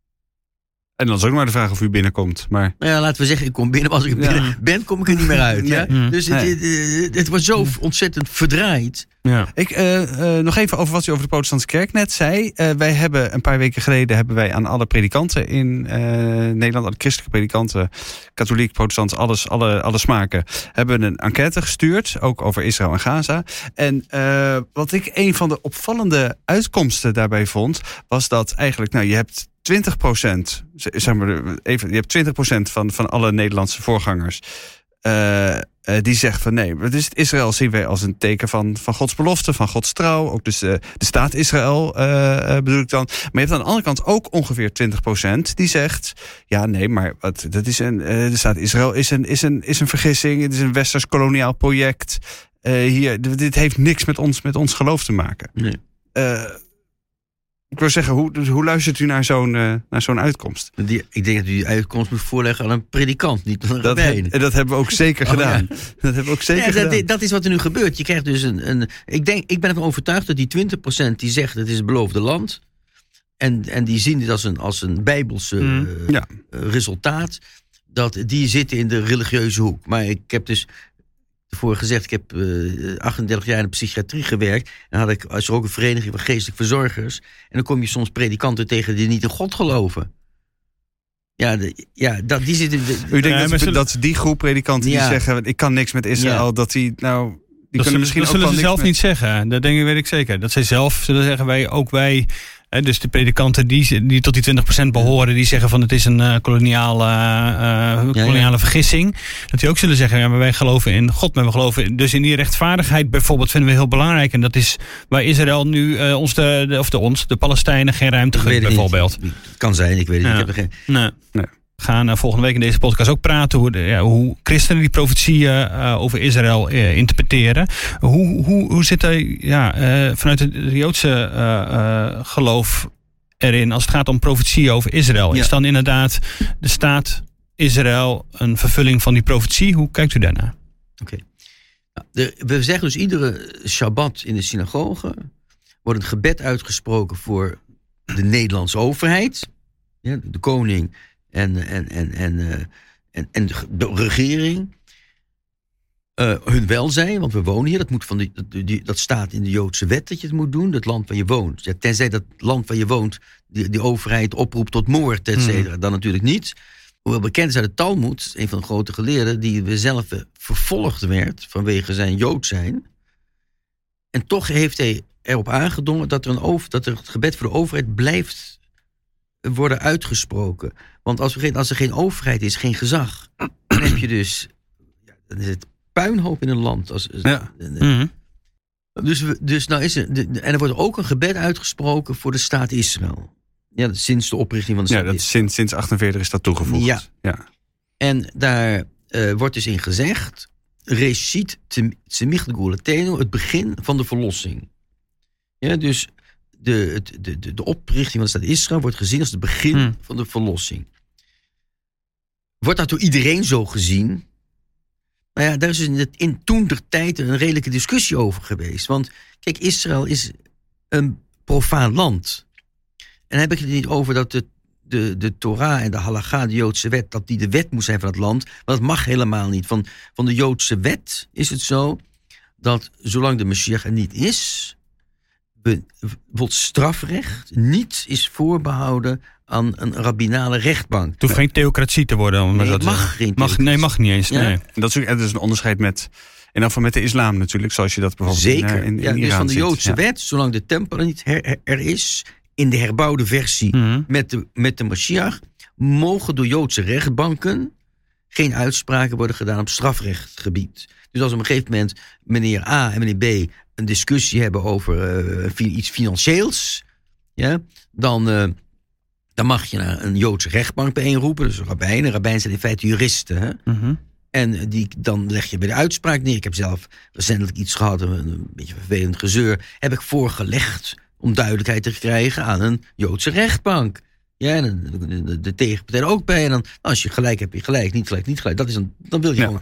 En dan is ook maar de vraag of u binnenkomt. Maar nou ja, laten we zeggen, ik kom binnen. Maar als ik binnen ben, kom ik er niet meer uit. Ja? Dus het wordt zo ontzettend verdraaid. Ja. Ik nog even over wat u over de protestantse kerk net zei. Wij hebben een paar weken geleden aan alle predikanten in Nederland, alle christelijke predikanten, katholiek, protestant, alle smaken, hebben een enquête gestuurd, ook over Israël en Gaza. En wat ik een van de opvallende uitkomsten daarbij vond, was dat eigenlijk, je hebt 20%, zeg maar je hebt 20% van alle Nederlandse voorgangers die zegt van nee, dus Israël zien wij als een teken van Gods belofte, van Gods trouw. Ook dus de staat Israël bedoel ik dan. Maar je hebt aan de andere kant ook ongeveer 20% die zegt, ja nee, maar dat is de staat Israël is een vergissing. Het is een westers koloniaal project. Dit heeft niks met ons geloof te maken. Nee. Ik wil zeggen, hoe luistert u naar zo'n uitkomst? Ik denk dat u die uitkomst moet voorleggen aan een predikant, niet aan een rabbijn. Dat hebben we ook zeker gedaan. Ja. Dat hebben we ook zeker gedaan. Dat is wat er nu gebeurt. Je krijgt dus ik ben ervan overtuigd dat die 20% die zegt het is het beloofde land, en die zien dit als een bijbelse resultaat, dat die zitten in de religieuze hoek. Maar ik heb dus tevoren gezegd, ik heb 38 jaar in de psychiatrie gewerkt. En was er ook een vereniging van geestelijk verzorgers. En dan kom je soms predikanten tegen die niet in God geloven. Die zitten. U denkt dat die groep predikanten die zeggen, ik kan niks met Israël, dat die nou. Die kunnen misschien ook zullen ze zelf niet zeggen. Dat weet ik zeker. Dat zij zelf zullen zeggen, wij. Dus de predikanten die tot die 20% behoren, die zeggen van het is een koloniale vergissing. Dat die ook zullen zeggen, maar wij geloven in God, maar we geloven dus in die rechtvaardigheid bijvoorbeeld vinden we heel belangrijk. En dat is waar Israël nu de Palestijnen geen ruimte gunt bijvoorbeeld. Het kan zijn, ik weet het niet. Ik heb Nee. We gaan volgende week in deze podcast ook praten hoe christenen die profetieën over Israël interpreteren. Hoe zit er vanuit het Joodse geloof erin als het gaat om profetieën over Israël? Ja. Is dan inderdaad de staat Israël een vervulling van die profetie? Hoe kijkt u daarnaar? Oké. We zeggen dus iedere Shabbat in de synagoge wordt een gebed uitgesproken voor de Nederlandse overheid, de koning en de regering. hun welzijn, want we wonen hier. Dat, moet dat staat in de Joodse wet dat je het moet doen. Het land waar je woont. Ja, tenzij dat land waar je woont die overheid oproept tot moord, et cetera. Dan natuurlijk niet. Hoewel bekend is uit de Talmud, een van de grote geleerden, die zelf vervolgd werd vanwege zijn Jood zijn. En toch heeft hij erop aangedrongen dat er het gebed voor de overheid blijft worden uitgesproken. Want als er geen overheid is, geen gezag, dan heb je dus, dan is het puinhoop in een land. Dus nou is en er wordt ook een gebed uitgesproken voor de staat Israël. Ja, sinds de oprichting van de staat Israël. Sinds 48 is dat toegevoegd. Ja. En daar wordt dus in gezegd, Reshit Tzemich Geulatenu, het begin van de verlossing. Ja, dus de oprichting van de staat Israël wordt gezien als het begin van de verlossing. Wordt dat door iedereen zo gezien? Nou ja, daar is in toentertijd een redelijke discussie over geweest. Want kijk, Israël is een profaan land. En dan heb ik het niet over dat de Torah en de Halacha, de Joodse wet, dat die de wet moet zijn van het land. Want dat mag helemaal niet. Van de Joodse wet is het zo dat zolang de Mashiach er niet is, wordt strafrecht niet is voorbehouden aan een rabbinale rechtbank. Het hoeft geen theocratie te worden. Nee, het mag geen theocratie. Nee, mag niet eens. Ja. Nee. Dat is een onderscheid met de islam natuurlijk, zoals je dat bijvoorbeeld zeker. in dus Iran van de ziet. Joodse wet, zolang de tempel niet er is, in de herbouwde versie met de Mashiach, mogen door Joodse rechtbanken geen uitspraken worden gedaan op strafrechtgebied. Dus als op een gegeven moment meneer A en meneer B een discussie hebben over iets financieels, ja, dan mag je naar een Joodse rechtbank bijeenroepen. Dus rabbijnen. Rabbijnen zijn in feite juristen. Hè? En dan leg je bij de uitspraak neer. Ik heb zelf recentelijk iets gehad, een beetje vervelend gezeur, heb ik voorgelegd om duidelijkheid te krijgen aan een Joodse rechtbank. Ja, en de tegenpartij er ook bij. En dan, als je gelijk hebt, je gelijk, niet gelijk, niet gelijk. Dan wil je gewoon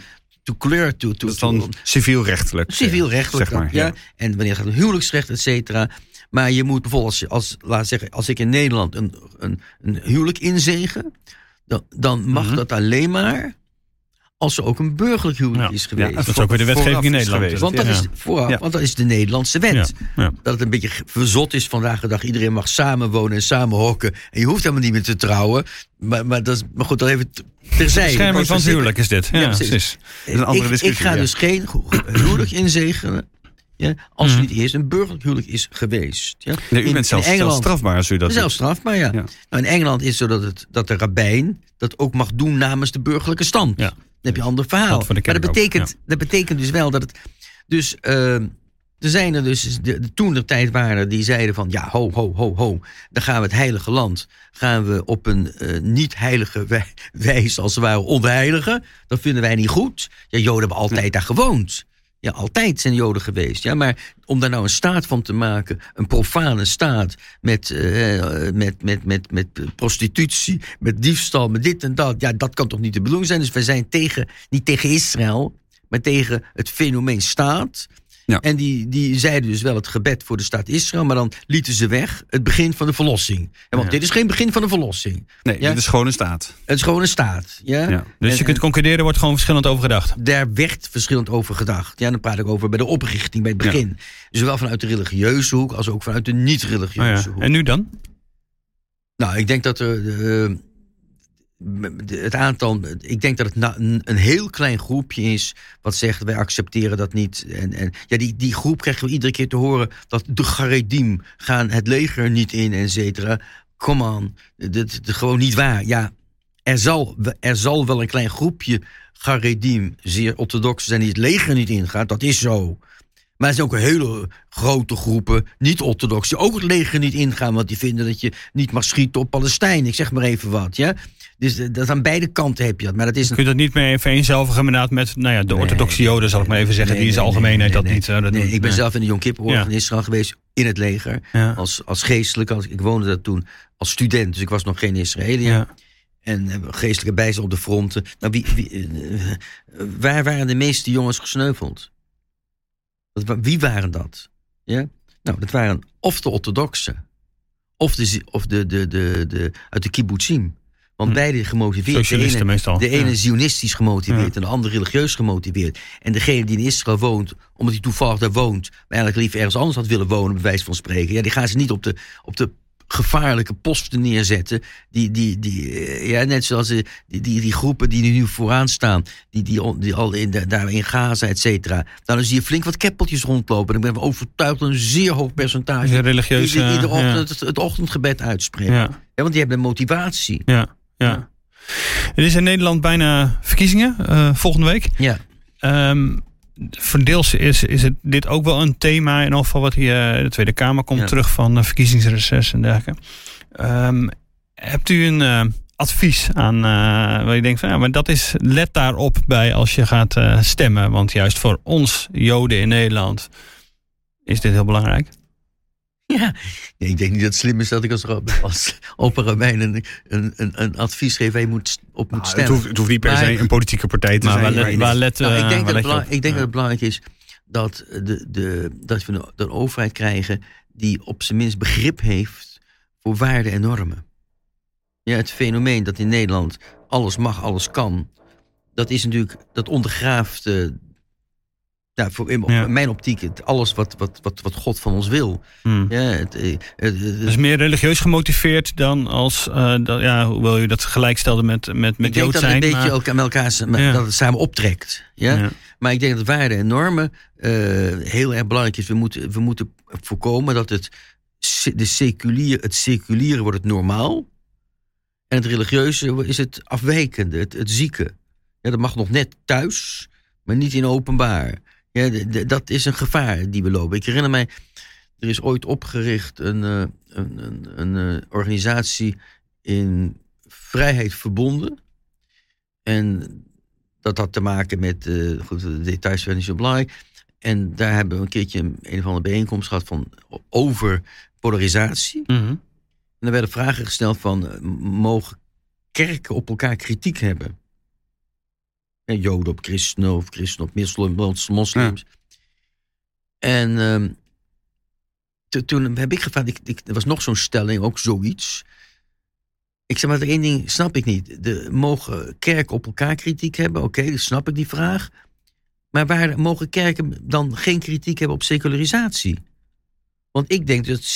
dat is dan civielrechtelijk. Civielrechtelijk, zeg maar, ja. En wanneer het gaat om huwelijksrecht, et cetera. Maar je moet bijvoorbeeld, als ik in Nederland een huwelijk inzegen, dan mag dat alleen maar als er ook een burgerlijk huwelijk is geweest. Ja, dat is ook weer de wetgeving in Nederland geweest. Want dat is de Nederlandse wet. Ja. Dat het een beetje verzot is vandaag de dag. Iedereen mag samenwonen en samenhokken. En je hoeft helemaal niet meer te trouwen. Maar goed, dan even terzijde. Bescherming van het huwelijk is dit. Ja, precies. Ik ga dus geen huwelijk inzegenen. Ja, als er niet eerst een burgerlijk huwelijk is geweest. Ja. Nee, u bent zelfs strafbaar als u dat zelfs strafbaar, ja. Nou, in Engeland is het zo dat de rabbijn dat ook mag doen namens de burgerlijke stand. Ja. Dan heb je een ander verhaal. Maar dat betekent dus wel dat het. Dus er zijn er dus de toentertijd waren die zeiden van ja, ho. Dan gaan we het heilige land op een niet heilige wijze als het ware ontheiligen. Dat vinden wij niet goed. Ja, Joden hebben altijd daar gewoond. Ja, altijd zijn Joden geweest. Ja, maar om daar nou een staat van te maken, een profane staat met prostitutie, met diefstal, met dit en dat. Ja, dat kan toch niet de bedoeling zijn. Dus wij zijn niet tegen Israël, maar tegen het fenomeen staat. Ja. En die zeiden dus wel het gebed voor de staat Israël, maar dan lieten ze weg het begin van de verlossing. Ja, want dit is geen begin van de verlossing. Nee, dit is gewoon een staat. Het is gewoon een staat. Ja? Dus je kunt concluderen, wordt gewoon verschillend over gedacht. Daar werd verschillend over gedacht. Ja, dan praat ik over bij de oprichting, bij het begin. Ja. Zowel vanuit de religieuze hoek als ook vanuit de niet-religieuze hoek. En nu dan? Nou, ik denk dat ik denk dat het een heel klein groepje is wat zegt wij accepteren dat niet. En die groep krijgen we iedere keer te horen dat de Garedim gaan het leger niet in, et cetera. Come on, dat is gewoon niet waar. Ja, er zal wel een klein groepje Garedim, zeer orthodoxe zijn, die het leger niet ingaat. Dat is zo. Maar er zijn ook hele grote groepen niet-orthodox die ook het leger niet ingaan, want die vinden dat je niet mag schieten op Palestijn. Ik zeg maar even wat, ja. Dus dat aan beide kanten heb je dat. Maar dat is Kun je dat niet meer even eenzelvigen inderdaad met de orthodoxe Joden, zal ik maar even zeggen, die in zijn algemeenheid dat niet doen. Ik ben zelf in de Yom Kippur-oorlog in Israël geweest, in het leger, als geestelijke. Ik woonde daar toen als student, dus ik was nog geen Israëliër. Ja. En geestelijke bijzijn op de fronten. Nou, waar waren de meeste jongens gesneuveld? Wie waren dat? Ja? Nou, dat waren of de orthodoxen, of de uit de kibbutzim. Want beide gemotiveerd. Socialisten meestal. De ene zionistisch gemotiveerd en de andere religieus gemotiveerd. En degene die in Israël woont, omdat hij toevallig daar woont, maar eigenlijk liever ergens anders had willen wonen, bij wijze van spreken. Ja, die gaan ze niet op de gevaarlijke posten neerzetten. Net zoals die groepen die nu vooraan staan, die al daar in Gaza, et cetera. Dan zie je flink wat keppeltjes rondlopen. En ik ben overtuigd dat een zeer hoog percentage religieus, die de ochtend, het ochtendgebed uitspreken. Ja. Ja, want die hebben een motivatie. Ja. Er is in Nederland bijna verkiezingen volgende week. Ja. Voor deels is het dit ook wel een thema, in ieder geval wat hier de Tweede Kamer komt terug van verkiezingsreces en dergelijke. Hebt u een advies aan waar je denkt van maar dat is, let daarop bij als je gaat stemmen, want juist voor ons Joden in Nederland is dit heel belangrijk. Ja, nee, ik denk niet dat het slim is dat ik als opperrabijn een advies geef waar je moet stemmen. Het hoeft niet per se een politieke partij te zijn. Ik denk dat het belangrijk is dat we een overheid krijgen die op zijn minst begrip heeft voor waarden en normen. Ja, het fenomeen dat in Nederland alles mag, alles kan, dat is natuurlijk, dat ondergraaft in mijn optiek alles wat God van ons wil. Ja, het is meer religieus gemotiveerd dan als hoewel u dat gelijk stelde met Jood zijn. Ik denk dat het een beetje ook aan elkaar dat het samen optrekt. Ja? Maar ik denk dat waarden en normen heel erg belangrijk is. We moeten voorkomen dat het seculiere wordt het normaal. En het religieuze is het afwijkende, het zieke. Ja, dat mag nog net thuis, maar niet in openbaar. Ja, dat is een gevaar die we lopen. Ik herinner mij, er is ooit opgericht een organisatie in Vrijheid Verbonden. En dat had te maken met, de details zijn niet zo belangrijk. En daar hebben we een keertje een of andere bijeenkomst gehad over polarisatie. Mm-hmm. En er werden vragen gesteld van, mogen kerken op elkaar kritiek hebben? Joden op christenen of christenen op moslims. Ja. En toen heb ik gevraagd, er was nog zo'n stelling, ook zoiets. Ik zei, maar één ding snap ik niet. Mogen kerken op elkaar kritiek hebben? Oké, dus snap ik die vraag. Maar waar mogen kerken dan geen kritiek hebben op secularisatie? Want ik denk dat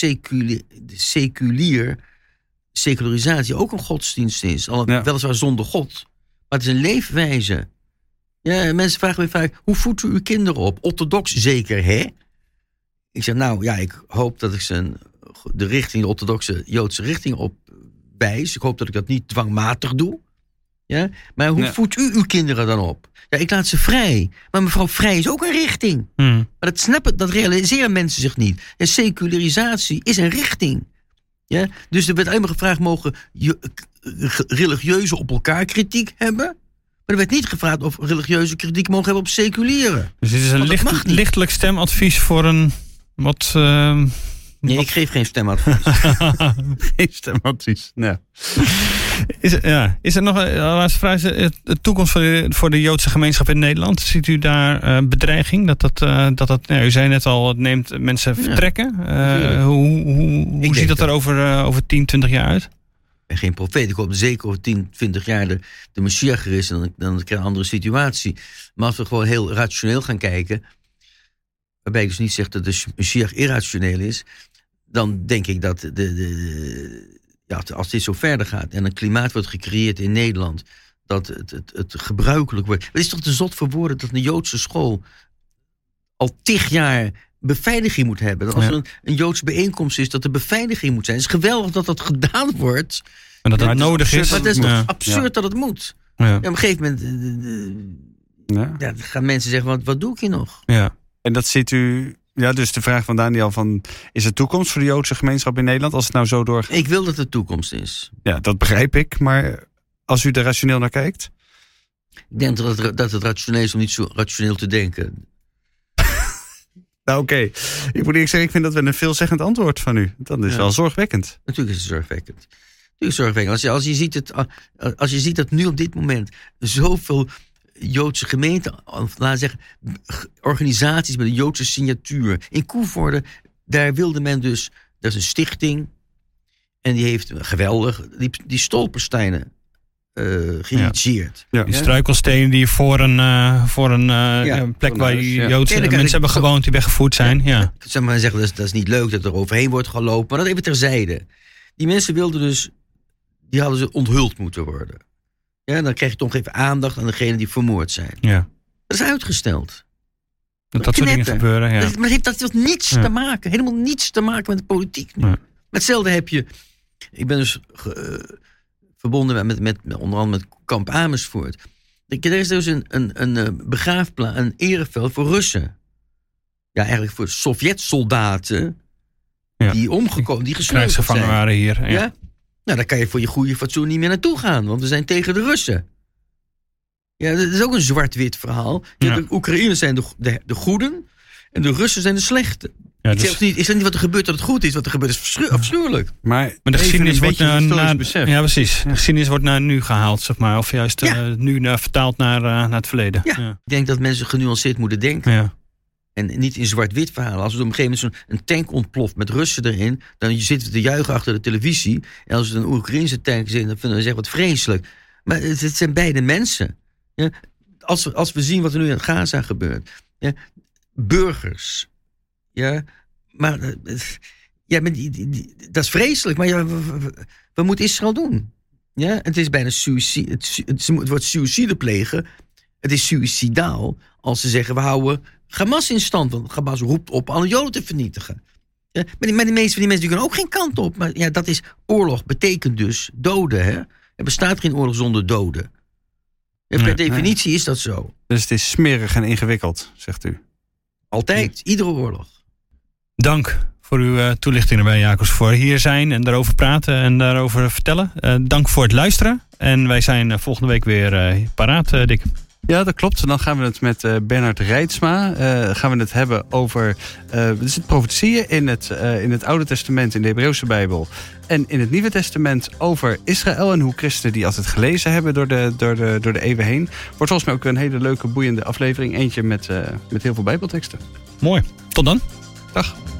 secularisatie ook een godsdienst is. Weliswaar zonder God. Maar het is een leefwijze. Ja, mensen vragen me vaak, hoe voedt u uw kinderen op? Orthodox zeker, hè? Ik zeg, ik hoop dat ik ze de orthodoxe Joodse richting opwijs. Ik hoop dat ik dat niet dwangmatig doe. Ja? Maar hoe voedt u uw kinderen dan op? Ja, ik laat ze vrij. Maar mevrouw, vrij is ook een richting. Maar dat realiseren mensen zich niet. Ja, secularisatie is een richting. Ja? Dus er werd alleen maar gevraagd, mogen religieuzen op elkaar kritiek hebben? Maar er werd niet gevraagd of religieuze kritiek mogen hebben op seculiere. Dus dit is een lichtelijk stemadvies voor een wat... Nee, ik geef geen stemadvies. Geen stemadvies, nee. Is er nog een laatste vraag? De toekomst voor de Joodse gemeenschap in Nederland? Ziet u daar bedreiging? U zei net al, het neemt mensen vertrekken. Hoe ziet dat er over 10, 20 jaar uit? Ik ben geen profeet. Ik hoop zeker over 10, 20 jaar de Messias er is. En dan krijg je een andere situatie. Maar als we gewoon heel rationeel gaan kijken, waarbij ik dus niet zeg dat de Messias irrationeel is, dan denk ik dat als dit zo verder gaat en een klimaat wordt gecreëerd in Nederland, dat het gebruikelijk wordt. Het is toch te zot voor woorden dat een Joodse school al 10 jaar beveiliging moet hebben. Dat als er een Joodse bijeenkomst is, dat er beveiliging moet zijn. Het is geweldig dat dat gedaan wordt. En dat het nodig is. Maar het is toch absurd dat het moet. Ja. Op een gegeven moment gaan mensen zeggen, wat doe ik hier nog? Ja. En dat ziet u... Ja, dus de vraag van Daniel is er toekomst voor de Joodse gemeenschap in Nederland als het nou zo doorgaat? Ik wil dat er toekomst is. Ja, dat begrijp ik. Maar als u er rationeel naar kijkt? Ik denk dat het rationeel is om niet zo rationeel te denken. Nou oké. Ik moet eerlijk zeggen, ik vind dat wel een veelzeggend antwoord van u. Dat is wel zorgwekkend. Natuurlijk is het zorgwekkend. Als je ziet dat nu op dit moment zoveel Joodse gemeenten, laten we zeggen, organisaties met een Joodse signatuur. In Koevoorde, daar wilde men dus, dat is een stichting, en die heeft geweldig, die stolpersteinen geïnitieerd. Ja. Die struikelstenen die voor een plek waar Joodse mensen hebben gewoond die weggevoerd zijn. Ja. Ik zou maar zeggen, dat is niet leuk dat er overheen wordt gelopen. Maar dat even terzijde. Die mensen die hadden ze onthuld moeten worden. Ja, dan krijg je toch even aandacht aan degenen die vermoord zijn. Ja. Dat is uitgesteld. Dat soort dingen gebeuren, ja. Maar dat heeft niets te maken. Helemaal niets te maken met de politiek nu. Ja. Maar hetzelfde heb je... Ik ben dus verbonden met onder andere met kamp Amersfoort. Er is dus een begraafplaats, een ereveld voor Russen. Ja, eigenlijk voor Sovjet-soldaten die omgekomen, die gesneuveld zijn. Krijgsgevangen waren hier. Ja. Nou, daar kan je voor je goede fatsoen niet meer naartoe gaan. Want we zijn tegen de Russen. Ja, dat is ook een zwart-wit verhaal. Ja. De Oekraïners zijn de goeden en de Russen zijn de slechte. Ja, dus... Is dat niet wat er gebeurt dat het goed is? Wat er gebeurt is afschuwelijk. Maar de geschiedenis wordt precies. De geschiedenis wordt naar nu gehaald, zeg maar. Of juist nu vertaald naar het verleden. Ja. Ik denk dat mensen genuanceerd moeten denken. Ja. En niet in zwart-wit verhalen. Als er op een gegeven moment een tank ontploft met Russen erin, dan zitten we te juichen achter de televisie. En als het een Oekraïnse tank is, dan vinden we zeggen wat vreselijk. Maar het zijn beide mensen. Ja? Als we zien wat er nu in Gaza gebeurt. Ja? Burgers. Ja, maar dat is vreselijk. Maar wat moet Israël doen? Ja, het is bijna suïcide. Het wordt suïcide plegen. Het is suïcidaal als ze zeggen we houden Hamas in stand. Want Hamas roept op alle Joden te vernietigen. Ja, maar de meeste van die mensen kunnen ook geen kant op. Maar ja, dat is oorlog. Betekent dus doden. Hè? Er bestaat geen oorlog zonder doden. En per definitie is dat zo. Dus het is smerig en ingewikkeld, zegt u. Altijd. Iedere oorlog. Dank voor uw toelichting erbij, Jacobs. Voor hier zijn en daarover praten en daarover vertellen. Dank voor het luisteren. En wij zijn volgende week weer paraat, Dick. Ja, dat klopt. Dan gaan we het met Bernard Reitsma gaan we het hebben over het profetieën in het Oude Testament, in de Hebreeuwse Bijbel. En in het Nieuwe Testament over Israël en hoe christenen die altijd gelezen hebben door de eeuwen heen. Wordt volgens mij ook een hele leuke, boeiende aflevering. Eentje met heel veel Bijbelteksten. Mooi. Tot dan. Dag.